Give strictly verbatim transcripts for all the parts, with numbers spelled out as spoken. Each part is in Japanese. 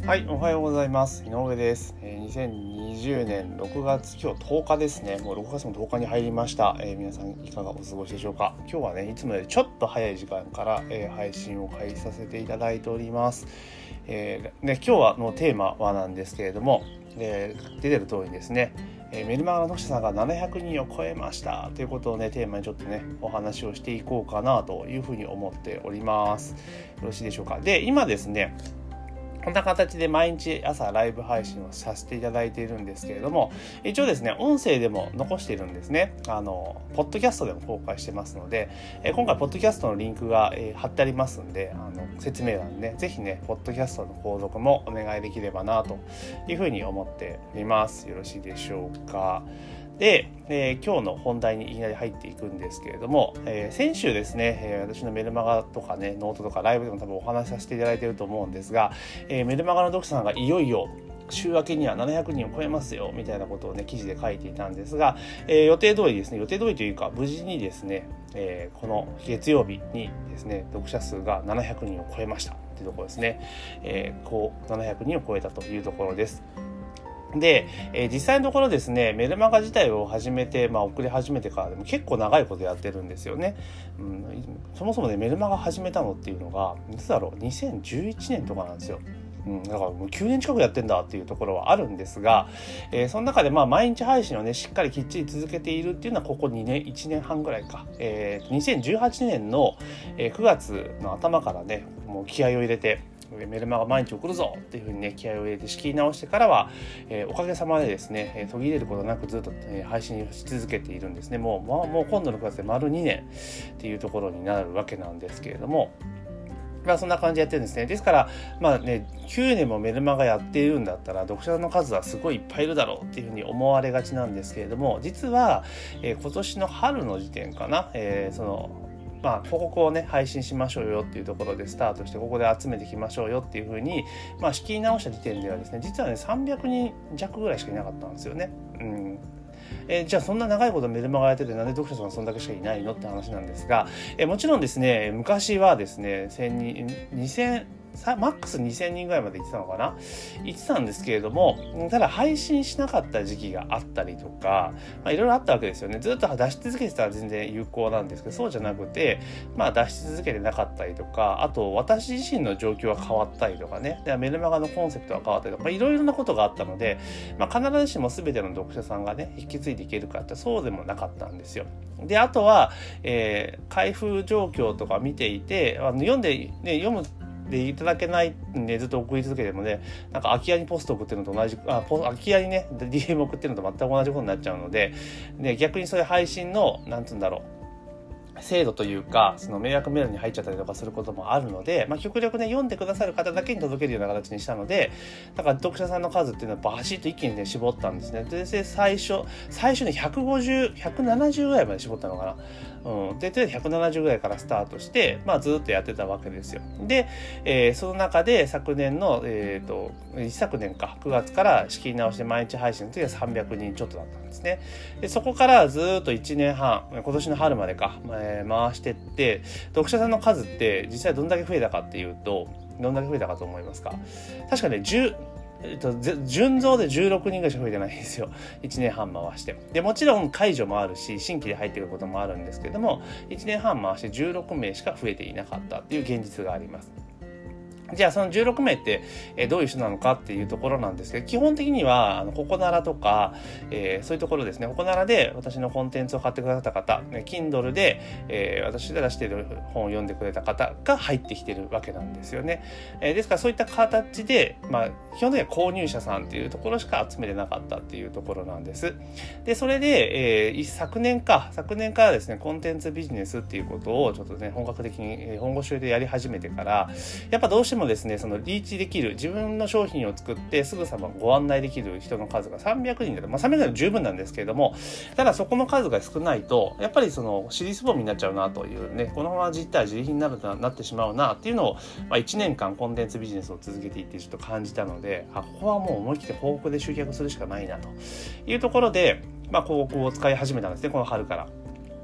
はい、おはようございます。井上です。えー、にせんにじゅうねんろくがつ、今日とおかですね。もうろくがつもとおかに入りました。えー、皆さんいかがお過ごしでしょうか。今日はね、いつもよりちょっと早い時間から、えー、配信を開始させていただいております。えー、ね、今日はのテーマはなんですけれども、えー、出てる通りにですね、えー、メルマガの読者さんがななひゃくにんを超えましたということをね、テーマにちょっとね、お話をしていこうかなというふうに思っております。よろしいでしょうか。で、今ですね、こんな形で毎日朝ライブ配信をさせていただいているんですけれども、一応ですね、音声でも残しているんですね。あの、ポッドキャストでも公開してますので、え今回ポッドキャストのリンクが、えー、貼ってありますんで、あの説明欄で、ね、ぜひね、ポッドキャストの購読もお願いできればなというふうに思っております。よろしいでしょうか。で、えー、今日の本題にいきなり入っていくんですけれども、えー、先週ですね、えー、私のメルマガとかね、ノートとかライブでも多分お話しさせていただいていると思うんですが、えー、メルマガの読者さんがいよいよ週明けにはななひゃくにんを超えますよみたいなことをね記事で書いていたんですが、えー、予定通りですね予定通りというか無事にですね、えー、この月曜日にですね読者数がななひゃくにんを超えましたというところですね、えー、こうななひゃくにんを超えたというところです。で、えー、実際のところですね、メルマガ自体を始めて、まあ、送り始めてからでも結構長いことやってるんですよね。うん、そもそもね、メルマガ始めたのっていうのが、いつだろう、にせんじゅういちねんとかなんですよ。うん、だからもうきゅうねん近くやってんだっていうところはあるんですが、えー、その中でまあ毎日配信をねしっかりきっちり続けているっていうのはここにねんいちねんはんぐらいか、えー、にせんじゅうはちねんのくがつの頭からねもう気合を入れてメルマガ毎日送るぞっていう風にね気合を入れて仕切り直してからは、えー、おかげさまでですね、えー、途切れることなくずっと、えー、配信し続けているんですね。もう、まあ、もう今度のくがつで丸にねんっていうところになるわけなんですけれども、まあそんな感じでやってるんですね。ですからまあねきゅうねんもメルマガやっているんだったら読者の数はすごいいっぱいいるだろうっていうふうに思われがちなんですけれども、実は、えー、今年の春の時点かな、えー、そのまあ、広告をね配信しましょうよっていうところでスタートしてここで集めていきましょうよっていうふうに、まあ、仕切り直した時点ではですね実はねさんびゃくにん弱ぐらいしかいなかったんですよね。うんえー、じゃあそんな長いことメルマガやっててなんで読者さんそんだけしかいないのって話なんですが、えー、もちろんですね昔はですねせんにんにせんマックスにせんにんぐらいまで行ってたのかな行ってたんですけれども、ただ配信しなかった時期があったりとか、まあ、いろいろあったわけですよね。ずっと出し続けてたら全然有効なんですけど、そうじゃなくて、まあ出し続けてなかったりとか、あと私自身の状況が変わったりとかね、でメルマガのコンセプトが変わったりとか、いろいろなことがあったので、まあ、必ずしも全ての読者さんがね、引き継いでいけるかってそうでもなかったんですよ。で、あとは、えー、開封状況とか見ていて、あの読んで、ね、読むでいただけないんでずっと送り続けてもね、なんか空き家にポスト送ってるのと同じ、あポ空き家にね ディーエム 送ってるのと全く同じことになっちゃうので、で逆にそういう配信のなんつうんだろう精度というかその迷惑メールに入っちゃったりとかすることもあるので、まあ、極力ね読んでくださる方だけに届けるような形にしたので、だから読者さんの数っていうのはバシッと一気にね絞ったんですね。で最初最初ねひゃくごじゅう、ひゃくななじゅうぐらいまで絞ったのかな。うん、でひゃくななじゅうぐらいからスタートして、まあ、ずっとやってたわけですよ。で、えー、その中で昨年の、えー、と一昨年かくがつから仕切り直して毎日配信の時はさんびゃくにんちょっとだったんですね。でそこからずっといちねんはん、今年の春までか、えー、回してって読者さんの数って実際どんだけ増えたかっていうとどんだけ増えたかと思いますか？確かねじゅうえっと、純増でじゅうろくにんぐらいしか増えてないんですよ。いちねんはん回して。で、もちろん解除もあるし、新規で入ってくることもあるんですけども、いちねんはん回してじゅうろくめいしか増えていなかったっていう現実があります。じゃあそのじゅうろくめいってどういう人なのかっていうところなんですけど、基本的にはあのココナラとか、えー、そういうところですね。ココナラで私のコンテンツを買ってくださった方、Kindle で、えー、私が出している本を読んでくれた方が入ってきてるわけなんですよね。えー、ですからそういった形で、まあ基本的には購入者さんっていうところしか集めてなかったっていうところなんです。で、それで、えー、昨年か、昨年からですね、コンテンツビジネスっていうことをちょっとね、本格的に本腰でやり始めてから、やっぱどうしてももですねそのリーチできる自分の商品を作ってすぐさまご案内できる人の数がさんびゃくにんだと、まあ、さんびゃくにんは十分なんですけれども、ただそこの数が少ないとやっぱりその尻すぼみになっちゃうなというね、このまま実体自利品になるとなってしまうなっていうのを、まあ、いちねんかんコンテンツビジネスを続けていってちょっと感じたので、あここはもう思い切って広告で集客するしかないなというところで、まあ、広告を使い始めたんですね、この春から。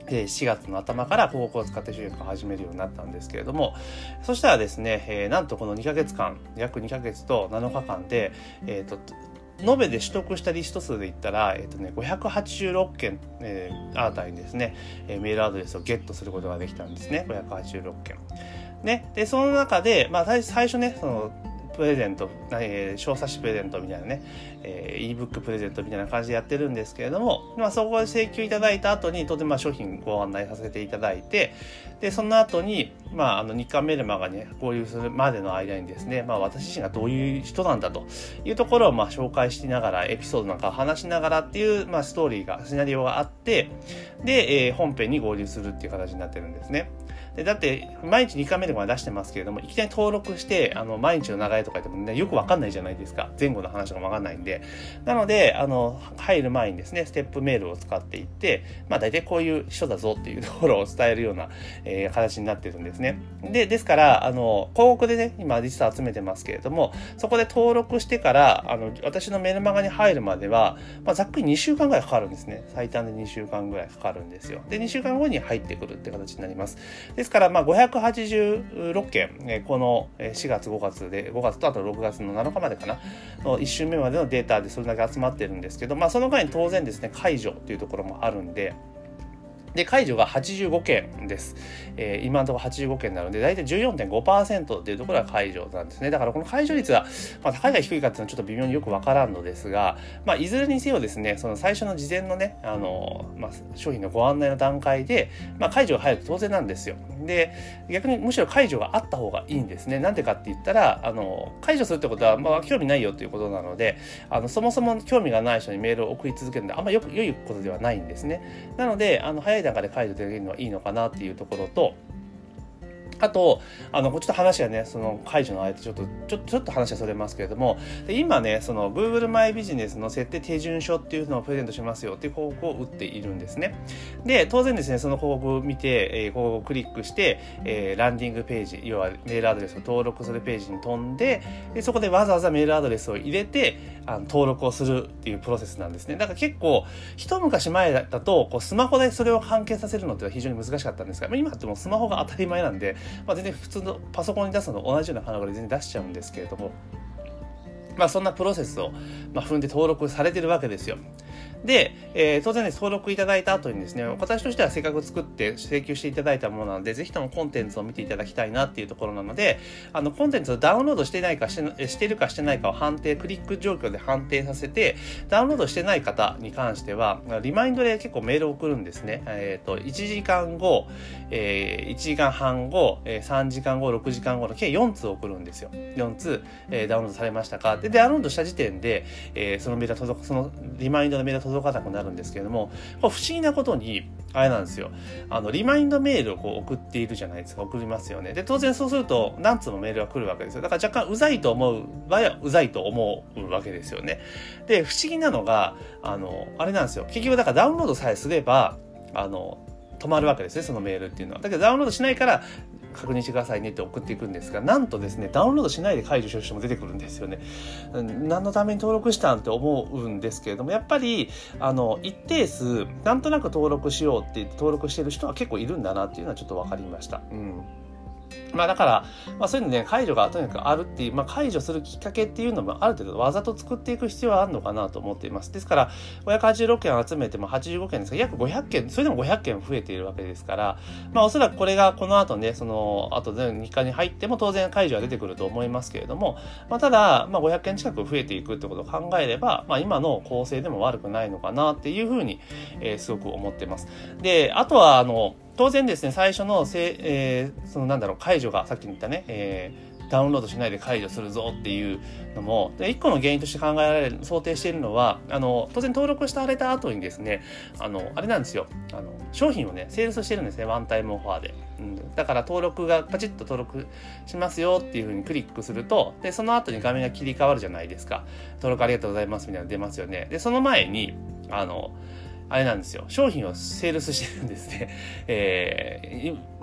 しがつの頭から広告を使って集客を始めるようになったんですけれども、そしたらですね、えー、なんとこのにかげつかん、約にかげつとなのかかんで、えーと、延べで取得したリスト数で言ったら、えーとね、ごひゃくはちじゅうろっけん、えー、新たにですね、えー、メールアドレスをゲットすることができたんですね。ごひゃくはちじゅうろっけん。ね、で、その中で、まあ、最初ね、その、プレゼント、えー、小冊子プレゼントみたいなね、えー、ebook プレゼントみたいな感じでやってるんですけれども、まあ、そこで請求いただいた後に当然まあ商品ご案内させていただいて、でその後に、まあ、あの日刊メルマガに合流するまでの間にですね、まあ、私自身がどういう人なんだというところをまあ紹介しながらエピソードなんかを話しながらっていう、まあ、ストーリーがシナリオがあって、で、えー、本編に合流するっていう形になってるんですね。でだって毎日にかんめでも出してますけれども、いきなり登録してあの毎日の流れとか言ってもね、よくわかんないじゃないですか。前後の話とかもわかんないんで、なのであの入る前にですね、ステップメールを使っていって、まあ大体こういう人だぞっていうところを伝えるような、えー、形になってるんですね。でですからあの広告でね、今実は集めてますけれども、そこで登録してからあの私のメルマガに入るまでは、まあ、ざっくりにしゅうかんぐらいかかるんですね。最短でにしゅうかんぐらいかかるんですよ。でにしゅうかんごに入ってくるって形になります。ですからまあごひゃくはちじゅうろっけん、えー、このしがつごがつでごがつとあとろくがつのなのかまでかなのいっ週目までのデータでそれだけ集まってるんですけど、まあその間に当然ですね、解除というところもあるんで、で解除がはちじゅうごけんです、えー、今のところはちじゅうごけんなのでだいたい じゅうよんてんごパーセント っていうところが解除なんですね。だからこの解除率が、まあ、高いか低いかっていうのはちょっと微妙によくわからんのですが、まあ、いずれにせよですね、その最初の事前のね、あの、まあ、商品のご案内の段階で、まあ、解除が入ると当然なんですよ。で逆にむしろ解除があった方がいいんですね。なんでかって言ったら、あの解除するってことは、まあ、興味ないよということなので、あのそもそも興味がない人にメールを送り続けるのであんまりよく良いことではないんですね。なのであの早い段階で解除できるのはいいのかなっていうところと、あと、あの、ちょっと話がね、その解除の間、ちょっと、ちょっと、ちょっと話はそれますけれども、で今ね、その Google マイビジネスの設定手順書っていうのをプレゼントしますよっていう広告を打っているんですね。で、当然ですね、その広告を見て、えー、広告をクリックして、えー、ランディングページ、要はメールアドレスを登録するページに飛んで、でそこでわざわざメールアドレスを入れて、あの登録をするっていうプロセスなんですね。だから結構、一昔前だと、こうスマホでそれを完結させるのって非常に難しかったんですが、今ってもうスマホが当たり前なんで、まあ、全然普通のパソコンに出すのと同じような金額で全然出しちゃうんですけれども、まあそんなプロセスを、まあ、踏んで登録されてるわけですよ。で、えー、当然ね、登録いただいた後にですね、私としてはせっかく作って請求していただいたものなので、ぜひともコンテンツを見ていただきたいなっていうところなので、あの、コンテンツをダウンロードしてないかして、しているかしてないかを判定、クリック状況で判定させて、ダウンロードしてない方に関しては、リマインドで結構メールを送るんですね。えっと、いちじかんご、えー、いちじかんはんご、さんじかんご、ろくじかんごの計よんつう送るんですよ。よんつう、えー、ダウンロードされましたか。で、ダウンロードした時点で、えー、そのメールが届く、そのリマインドのメールが届かなくなるんですけれども、不思議なことにあれなんですよ、あのリマインドメールをこう送っているじゃないですか。送りますよね。で当然そうすると何通もメールが来るわけですよ。だから若干うざいと思う場合はうざいと思うわけですよね。で不思議なのがあのあれなんですよ、結局だからダウンロードさえすればあの止まるわけですね、そのメールっていうのは。だけどダウンロードしないから確認してくださいねって送っていくんですが、なんとですね、ダウンロードしないで解除してる人も出てくるんですよね。何のために登録したんって思うんですけれども、やっぱりあの一定数なんとなく登録しようって言って登録してる人は結構いるんだなっていうのはちょっと分かりました。うん。まあだから、まあそういうのね、解除がとにかくあるっていう、まあ解除するきっかけっていうのもある程度わざと作っていく必要はあるのかなと思っています。ですから、ごひゃくはちじゅうろっけん集めてもはちじゅうごけんですが、約ごひゃっけん、それでもごひゃっけん増えているわけですから、まあおそらくこれがこの後ね、その後で日課に入っても当然解除は出てくると思いますけれども、まあただ、まあごひゃっけん近く増えていくってことを考えれば、まあ今の構成でも悪くないのかなっていうふうに、えー、すごく思ってます。で、あとはあの、当然ですね、最初のせ、えー、そのなんだろう、解除が、さっき言ったね、えー、ダウンロードしないで解除するぞっていうのも、で一個の原因として考えられる、想定しているのは、あの、当然登録してあれた後にですね、あの、あれなんですよ、あの、商品をね、セールスしてるんですね、ワンタイムオファーで。うん、だから登録が、パチッと登録しますよっていうふうにクリックすると、で、その後に画面が切り替わるじゃないですか。登録ありがとうございますみたいなの出ますよね。で、その前に、あの、あれなんですよ、商品をセールスしてるんですね。えー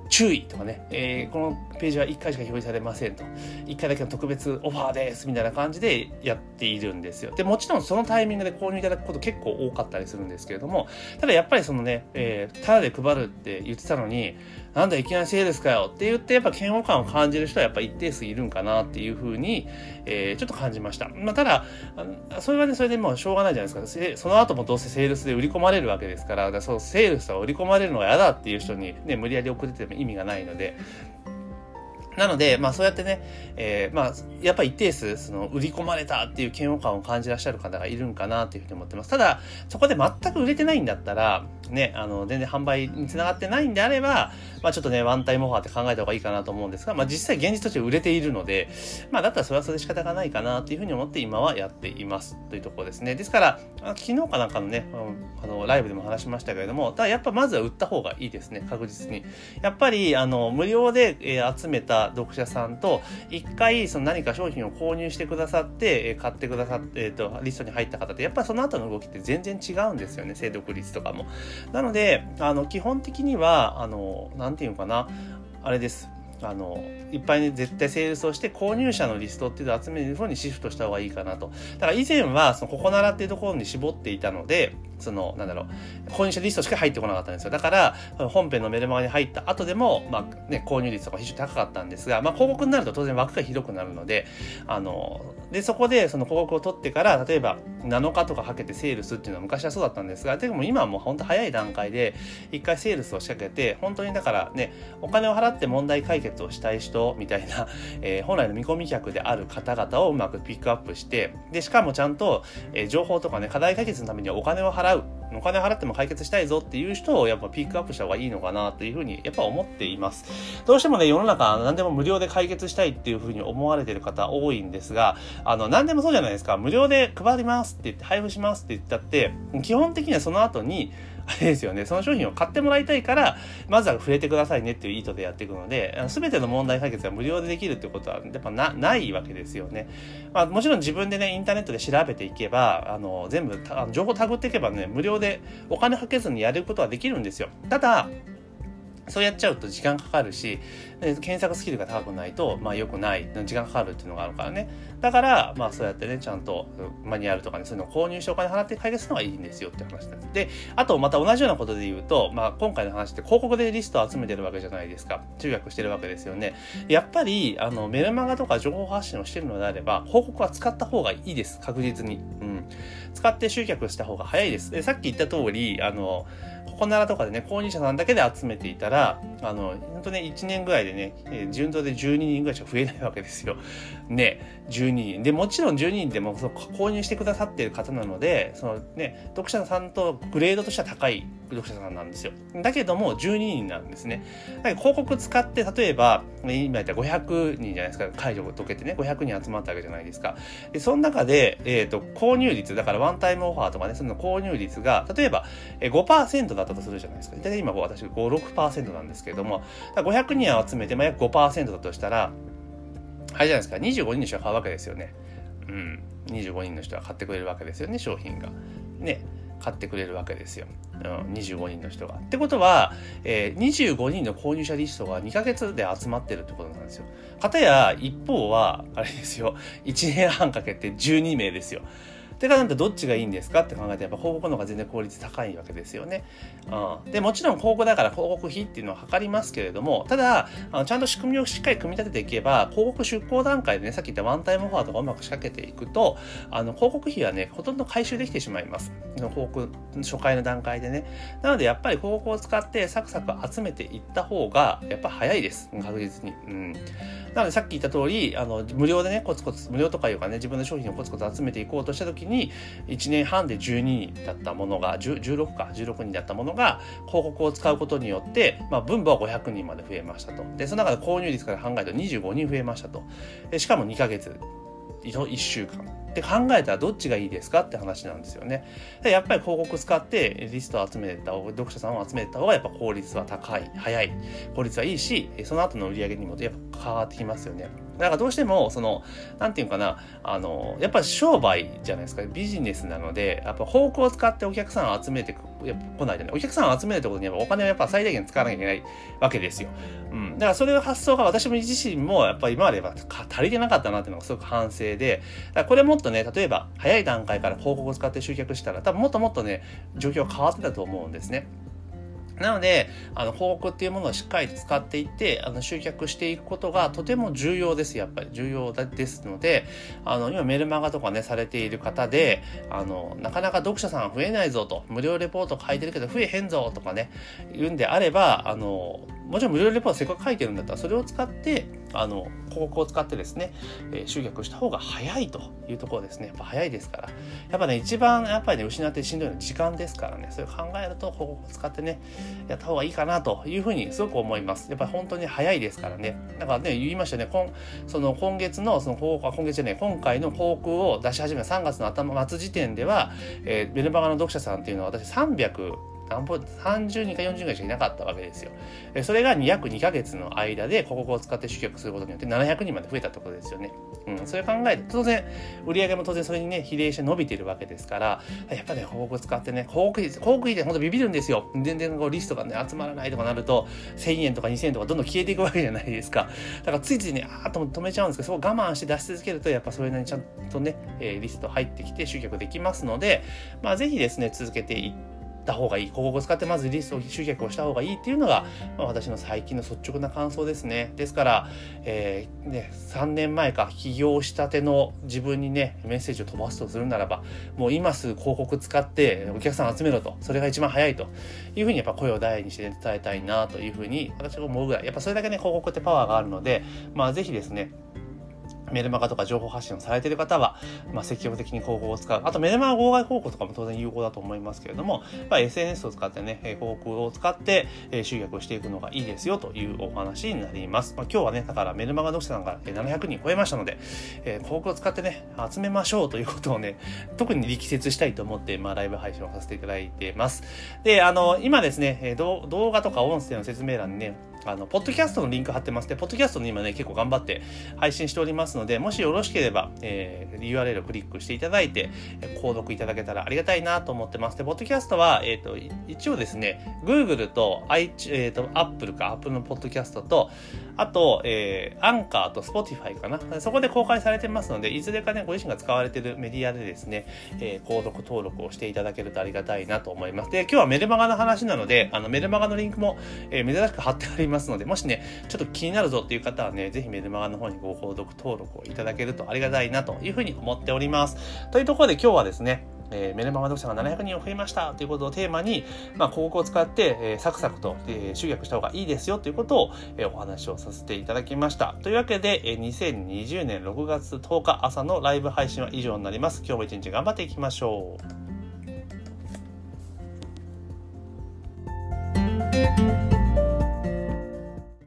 注意とかね、えー、このページはいっかいしか表示されませんと、いっかいだけの特別オファーですみたいな感じでやっているんですよ。でもちろんそのタイミングで購入いただくこと結構多かったりするんですけれども、ただやっぱりそのね、えー、タダで配るって言ってたのに、なんだいきなりセールスかよって言ってやっぱ嫌悪感を感じる人はやっぱ一定数いるんかなっていうふうに、えー、ちょっと感じました。まあ、ただそれはね、それでもうしょうがないじゃないですか。その後もどうせセールスで売り込まれるわけですから、だからそのセールスは売り込まれるのが嫌だっていう人にね、無理やり送ってても意味がないので、なので、まあそうやってね、えー、まあやっぱり一定数その売り込まれたっていう嫌悪感を感じらっしゃる方がいるんかなっていうふうに思ってます。ただそこで全く売れてないんだったらね、あの全然販売につながってないんであれば、まあちょっとねワンタイムオファーって考えた方がいいかなと思うんですが、まあ実際現実として売れているので、まあだったらそれはそれで仕方がないかなっていうふうに思って今はやっていますというところですね。ですから昨日かなんかのね、あのライブでも話しましたけれども、ただやっぱまずは売った方がいいですね、確実に。やっぱりあの無料で、えー、集めた読者さんと一回その何か商品を購入してくださって買ってくださって、えー、とリストに入った方ってやっぱりその後の動きって全然違うんですよね、精読率とかも。なのであの基本的にはあのなんていうのかな、あれです、あのいっぱいね絶対セールスをして購入者のリストっていうのを集める方にシフトした方がいいかなと。だから以前はそのここならっていうところに絞っていたので、そのなんだろう購入者リストしか入ってこなかったんですよ。だから本編のメルマガに入った後でもまあね購入率とか非常に高かったんですが、まあ広告になると当然枠が広くなるので、あのでそこでその広告を取ってから例えばなのかとかかけてセールスっていうのは昔はそうだったんですが、でも今はもう本当早い段階で一回セールスを仕掛けて、本当にだからねお金を払って問題解決をしたい人みたいな、えー、本来の見込み客である方々をうまくピックアップして、でしかもちゃんと、えー、情報とかね課題解決のためにはお金を払うお金を払っても解決したいぞっていう人をやっぱピックアップした方がいいのかなというふうにやっぱ思っています。どうしてもね世の中何でも無料で解決したいっていうふうに思われている方多いんですが、あの何でもそうじゃないですか。無料で配りますって言って配布しますって言ったって基本的にはその後にあれですよね、その商品を買ってもらいたいからまずは触れてくださいねっていう意図でやっていくので、全ての問題解決が無料でできるってことはやっぱ な, ないわけですよね。まあ、もちろん自分でねインターネットで調べていけばあの全部あの情報をたぐっていけばね無料でお金かけずにやることはできるんですよ。ただそうやっちゃうと時間かかるし、検索スキルが高くないと、まあ良くない、時間かかるっていうのがあるからね。だから、まあそうやってね、ちゃんとマニュアルとかね、そういうのを購入してお金払って解決するのがいいんですよって話です。で、あとまた同じようなことで言うと、まあ今回の話って広告でリストを集めてるわけじゃないですか。集約してるわけですよね。やっぱり、あの、メルマガとか情報発信をしてるのであれば、広告は使った方がいいです。確実に。うん。使って集客した方が早いです。で、さっき言った通り、あの、ここならとかでね、購入者さんだけで集めていたら、あの、本当ね、いちねんぐらいでね、えー、順当でじゅうににんぐらいしか増えないわけですよ。ね、じゅうににん。で、もちろんじゅうににんでもその購入してくださっている方なので、そのね、読者さんとグレードとしては高い読者さんなんですよ。だけども、じゅうににんなんですね。だから広告使って、例えば、今言ったらごひゃくにんじゃないですか、解除を解けてね、ごひゃくにん集まったわけじゃないですか。で、その中で、えっと、購入率、だからワンタイムオファーとかね、その購入率が、例えば ごパーセント だったとするじゃないですか。大体今、私ご、ろくパーセント なんですけれども、ごひゃくにん集めて、まあ、約 ごパーセント だとしたら、あれじゃないですか、にじゅうごにんの人が買うわけですよね。うん。にじゅうごにんの人が買ってくれるわけですよね、商品が。ね。買ってくれるわけですよ。うん、にじゅうごにんの人が。ってことは、えー、にじゅうごにんの購入者リストがにかげつで集まってるってことなんですよ。かたや一方は、あれですよ、いちねんはんかけてじゅうにめいですよ。てかなんてどっちがいいんですかって考えてやっぱ広告の方が全然効率高いわけですよね。うん、でもちろん広告だから広告費っていうのは測りますけれども、ただあのちゃんと仕組みをしっかり組み立てていけば広告出稿段階でね、さっき言ったワンタイムオファーとかうまく仕掛けていくと、あの広告費はねほとんど回収できてしまいます。広告初回の段階でね。なのでやっぱり広告を使ってサクサク集めていった方がやっぱ早いです。確実に。うん。なのでさっき言った通りあの無料でねコツコツ無料とかいうかね自分の商品をコツコツ集めていこうとした時にいちねんはんでじゅうににんだったものがじゅうろくかじゅうろくにんだったものが広告を使うことによって、まあ、分母はごひゃくにんまで増えましたと。でその中で購入率から考えるとにじゅうごにん増えましたと。でしかもにかげついっしゅうかんって考えたらどっちがいいですかって話なんですよね。でやっぱり広告使ってリストを集めた読者さんを集めた方がやっぱ効率は高い早い効率はいいし、その後の売り上げにもやっぱ変わってきますよね。だからどうしてもそのなんていうかなあのやっぱり商売じゃないですか、ビジネスなのでやっぱ広告を使ってお客さんを集めてやっぱ来ないとね、お客さんを集めるってことにやっぱお金をやっぱ最大限使わなきゃいけないわけですよ。うん。だからそれの発想が私も自身もやっぱり今までは足りてなかったなっていうのがすごく反省で、だからこれもっとね、例えば早い段階から広告を使って集客したら多分もっともっとね、状況変わってたと思うんですね。なので、あの、広告っていうものをしっかり使っていって、あの、集客していくことがとても重要です。やっぱり重要ですので、あの、今メルマガとかね、されている方で、あの、なかなか読者さん増えないぞと、無料レポート書いてるけど増えへんぞとかね、言うんであれば、あの、もちろん無料レポートせっかく書いてるんだったら、それを使って、あの、広告を使ってですね、えー、集客した方が早いというところですね。やっぱ早いですから。やっぱね、一番やっぱりね、失ってしんどいのは時間ですからね、それを考えると、広告を使ってね、やった方がいいかなというふうにすごく思います。やっぱり本当に早いですからね。だからね、言いましたね、今その今月の、その広告、今月じゃね、今回の広告を出し始めたさんがつの頭末時点では、えー、メルマガの読者さんっていうのは私さんびゃく、さんじゅうにんかよんじゅうにんしかいなかったわけですよ。それが約にかげつの間で広告を使って集客することによってななひゃくにんまで増えたってことですよね。うん、それ考えると当然売り上げも当然それにね比例して伸びているわけですから、やっぱね広告を使ってね広告費広告費で本当ビビるんですよ。全然こうリストがね集まらないとかなるとせんえんとかにせんえんとかどんどん消えていくわけじゃないですか。だからついついねあーっと止めちゃうんですけど、そこ我慢して出し続けるとやっぱそれなりにちゃんとね、えー、リスト入ってきて集客できますので、まあぜひですね続けていってた方がいい、広告を使ってまずリストを集客をした方がいいっていうのが、まあ、私の最近の率直な感想ですね。ですから、えーね、さんねんまえか起業したての自分にねメッセージを飛ばすとするならば、もう今すぐ広告使ってお客さん集めろと、それが一番早いというふうにやっぱ声を大にして伝えたいなというふうに私は思うぐらい、やっぱそれだけね広告ってパワーがあるので、まあぜひですねメルマガとか情報発信をされている方は、まあ、積極的に広告を使う。あとメルマガ号外広告とかも当然有効だと思いますけれども、まあ、エスエヌエス を使ってね、広告を使って集客をしていくのがいいですよというお話になります。まあ、今日はね、だからメルマガ読者さんがななひゃくにん超えましたので、えー、広告を使ってね、集めましょうということをね、特に力説したいと思って、まあ、ライブ配信をさせていただいてます。で、あの、今ですね、動画とか音声の説明欄にね、あの、ポッドキャストのリンク貼ってます。で、ポッドキャストに今ね、結構頑張って配信しておりますので、もしよろしければ、えー、ユーアールエル をクリックしていただいて、購読いただけたらありがたいなと思ってます。で、ポッドキャストは、えっと、一応ですね、Google と、I、えっと、Apple か、Apple のポッドキャストと、あと、えー、アンカーと Spotify かな。そこで公開されてますので、いずれかね、ご自身が使われているメディアでですね、えー、購読登録をしていただけるとありがたいなと思います。で、今日はメルマガの話なので、あの、メルマガのリンクも、えー、珍しく貼ってありますので、もしね、ちょっと気になるぞっていう方はね、ぜひメルマガの方にご購読登録をいただけるとありがたいなというふうに思っております。というところで今日はですね、えー、メルマガ読者がななひゃくにんを増えましたということをテーマに、まあ、広告を使って、えー、サクサクと、えー、集客した方がいいですよということを、えー、お話をさせていただきました。というわけで、えー、にせんにじゅうねんろくがつとおか朝のライブ配信は以上になります。今日も一日頑張っていきましょう。